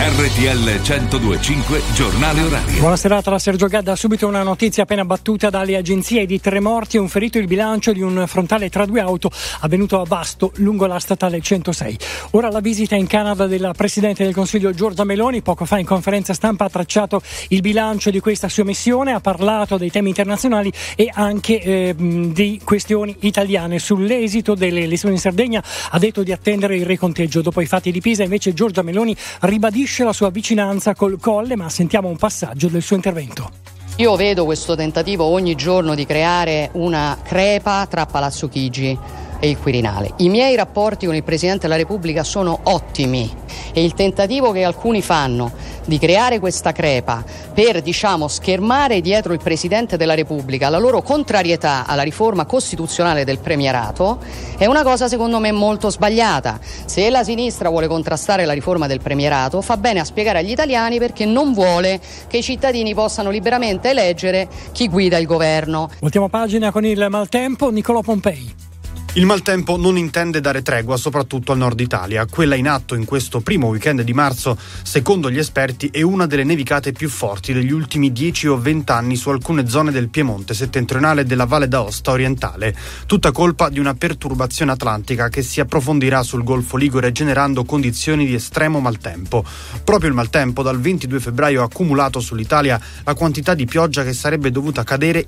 RTL 102.5 Giornale Orario. Buona serata da Sergio Gadda. Subito una notizia appena battuta dalle agenzie: di 3 morti e un ferito il bilancio di un frontale tra 2 auto avvenuto a Vasto lungo la statale 106. Ora la visita in Canada della Presidente del Consiglio Giorgia Meloni. Poco fa in conferenza stampa ha tracciato il bilancio di questa sua missione, ha parlato dei temi internazionali e anche di questioni italiane. Sull'esito delle elezioni in Sardegna ha detto di attendere il riconteggio. Dopo i fatti di Pisa invece Giorgia Meloni ribadisce la sua vicinanza col Colle, ma sentiamo un passaggio del suo intervento. Io vedo questo tentativo ogni giorno di creare una crepa tra Palazzo Chigi e il Quirinale. I miei rapporti con il Presidente della Repubblica sono ottimi e il tentativo che alcuni fanno di creare questa crepa per, schermare dietro il Presidente della Repubblica la loro contrarietà alla riforma costituzionale del premierato è una cosa secondo me molto sbagliata. Se la sinistra vuole contrastare la riforma del premierato, fa bene a spiegare agli italiani perché non vuole che i cittadini possano liberamente eleggere chi guida il governo. Ultima pagina con il maltempo. Niccolò Pompei. Il maltempo non intende dare tregua soprattutto al nord Italia. Quella in atto in questo primo weekend di marzo, secondo gli esperti, è una delle nevicate più forti degli ultimi 10 o 20 anni su alcune zone del Piemonte settentrionale e della Valle d'Aosta orientale. Tutta colpa di una perturbazione atlantica che si approfondirà sul Golfo Ligure generando condizioni di estremo maltempo. Proprio il maltempo dal 22 febbraio ha accumulato sull'Italia la quantità di pioggia che sarebbe dovuta cadere